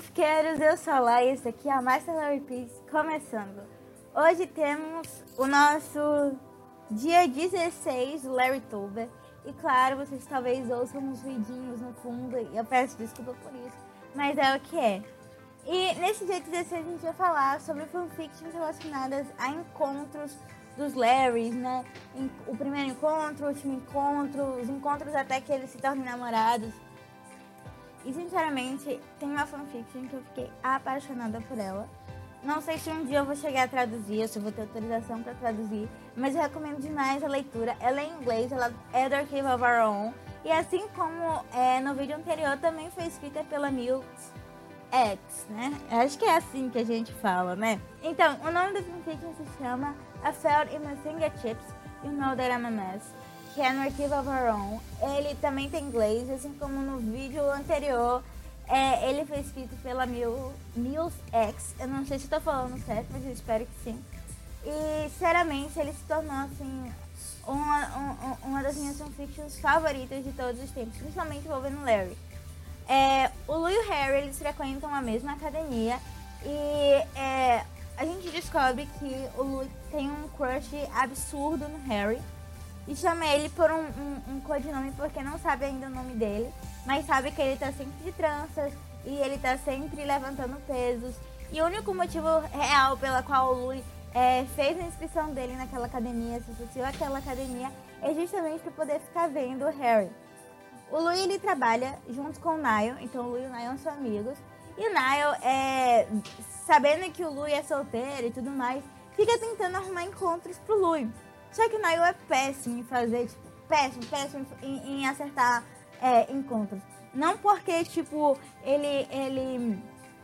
fanfiqueiros, eu sou a Lai e esse aqui é a Master Larry Peace começando. Hoje temos o nosso dia 16 do Larrytober. E claro, vocês talvez ouçam uns ruidinhos no fundo e eu peço desculpa por isso, mas é o que é. E nesse dia 16 a gente vai falar sobre fanfictions relacionadas a encontros dos Larrys, né? O primeiro encontro, o último encontro, os encontros até que eles se tornem namorados. E sinceramente, tem uma fanfiction que eu fiquei apaixonada por ela. Não sei se um dia eu vou chegar a traduzir, se eu vou ter autorização para traduzir, mas eu recomendo demais a leitura. Ela é em inglês, ela é do Archive of Our Own. E assim como no vídeo anterior, também foi escrita pela Mills X, né? Acho que é assim que a gente fala, né? Então, o nome da fanfiction se chama I Felt in My Fingertips, You Know That I'm a Mess, que é no Archive of Our Own. Ele também tem inglês, assim como no vídeo anterior, ele foi escrito pela Mills X. Eu não sei se estou falando certo, mas eu espero que sim. E, sinceramente, ele se tornou, assim, uma das minhas fanfictions favoritas de todos os tempos, principalmente envolvendo Larry. O Lu e o Harry, eles frequentam a mesma academia e a gente descobre que o Lu tem um crush absurdo no Harry e chama ele por um codinome porque não sabe ainda o nome dele, mas sabe que ele tá sempre de tranças e ele tá sempre levantando pesos. E o único motivo real pela qual o Lu fez a inscrição dele naquela academia, se associou àquela academia, é justamente para poder ficar vendo o Harry. O Lu, ele trabalha junto com o Niall, então o Lu e o Niall são amigos. E o Niall, sabendo que o Lu é solteiro e tudo mais, fica tentando arrumar encontros pro Lu. Só que o Niall é péssimo em fazer, péssimo em acertar encontros. Não porque, ele...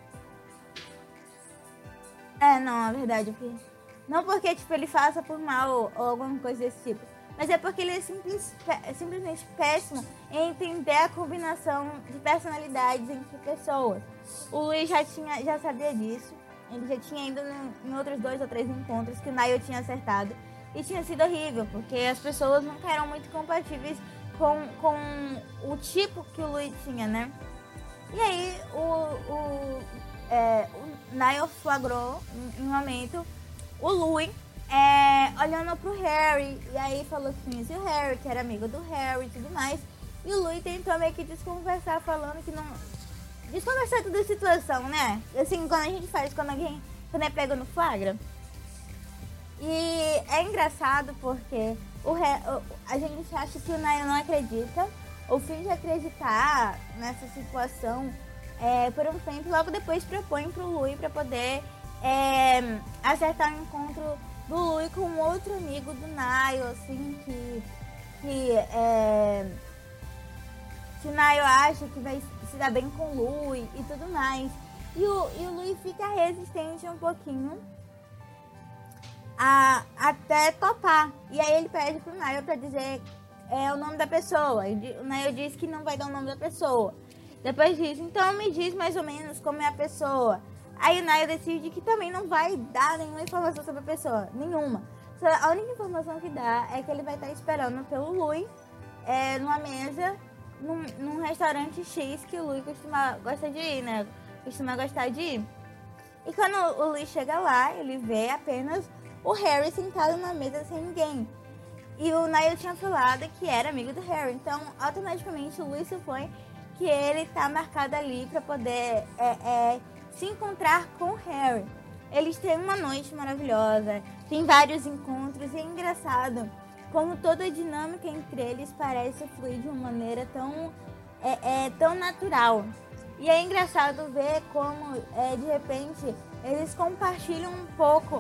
não, é verdade, não porque, ele faça por mal ou alguma coisa desse tipo. Mas é porque ele é simplesmente péssimo em entender a combinação de personalidades entre pessoas. O Luiz já sabia disso. Ele já tinha ido em outros 2 ou 3 encontros que o Niall tinha acertado. E tinha sido horrível, porque as pessoas nunca eram muito compatíveis com o tipo que o Luiz tinha, né? E aí o Niall flagrou em um momento o Louis olhando pro Harry, e aí falou que conhecia o Harry, que era amigo do Harry e tudo mais. E o Louis tentou meio que desconversar, falando que não... Desconversar toda a situação, né? Assim, quando a gente faz, quando é pego no flagra. E é engraçado porque a gente acha que o Niall não acredita, ou finge acreditar nessa situação por um tempo, logo depois propõe pro Louis pra poder acertar o encontro do Louis com um outro amigo do Niall, assim, que o Niall acha que vai se dar bem com o Louis e tudo mais. E o Louis fica resistente um pouquinho até topar. E aí ele pede pro Niall pra dizer o nome da pessoa. O Niall diz que não vai dar o nome da pessoa. Depois diz, então me diz mais ou menos como é a pessoa. Aí o Niall decide que também não vai dar nenhuma informação sobre a pessoa, nenhuma. A única informação que dá é que ele vai estar esperando pelo Louis numa mesa, num restaurante X que o Louis gosta de ir, né? Costuma gostar de ir. E quando o Louis chega lá, ele vê apenas o Harry sentado na mesa sem ninguém. E o Niall tinha falado que era amigo do Harry, então automaticamente o Louis supõe que ele tá marcado ali para poder se encontrar com o Harry. Eles têm uma noite maravilhosa, tem vários encontros e é engraçado como toda a dinâmica entre eles parece fluir de uma maneira tão natural. E é engraçado ver como de repente eles compartilham um pouco.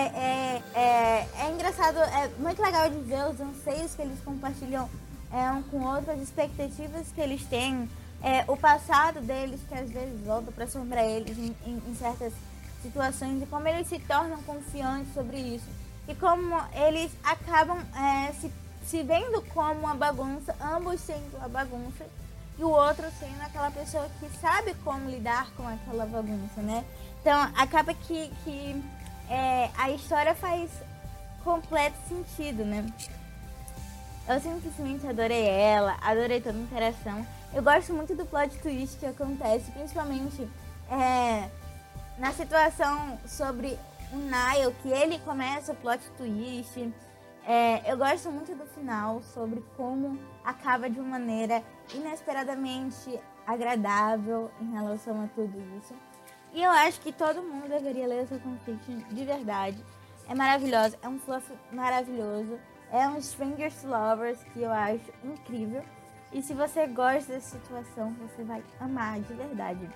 É engraçado, é muito legal de ver os anseios que eles compartilham um com o outro, as expectativas que eles têm. O passado deles, que às vezes volta para assombrar eles em certas situações, e como eles se tornam confiantes sobre isso, e como eles acabam se vendo como uma bagunça, ambos sendo a bagunça, e o outro sendo aquela pessoa que sabe como lidar com aquela bagunça, né? Então acaba que a história faz completo sentido, né? Eu simplesmente adorei ela, adorei toda a interação. Eu gosto muito do plot twist que acontece, principalmente na situação sobre o Niall, que ele começa o plot twist. Eu gosto muito do final, sobre como acaba de uma maneira inesperadamente agradável em relação a tudo isso. E eu acho que todo mundo deveria ler essa fanfiction de verdade. É maravilhosa, é um fluff maravilhoso, é um Strangers Lovers que eu acho incrível. E se você gosta dessa situação, você vai amar de verdade.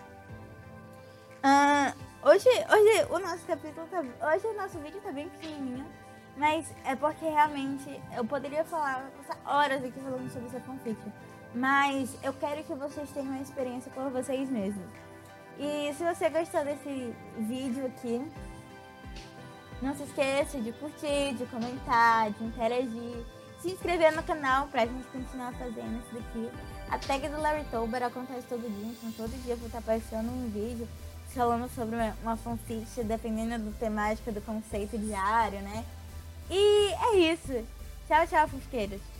Hoje o nosso capítulo hoje o nosso vídeo tá bem pequenininho, mas é porque realmente eu poderia passar horas aqui falando sobre essa fanfiction, mas eu quero que vocês tenham uma experiência por vocês mesmos. E se você gostou desse vídeo aqui, não se esqueça de curtir, de comentar, de interagir, se inscrever no canal pra gente continuar fazendo isso daqui. A tag do Larrytober acontece todo dia, então todo dia eu vou estar postando um vídeo falando sobre uma fanfiction, dependendo da temática, do conceito diário, né? E é isso. Tchau, tchau, fusqueiros.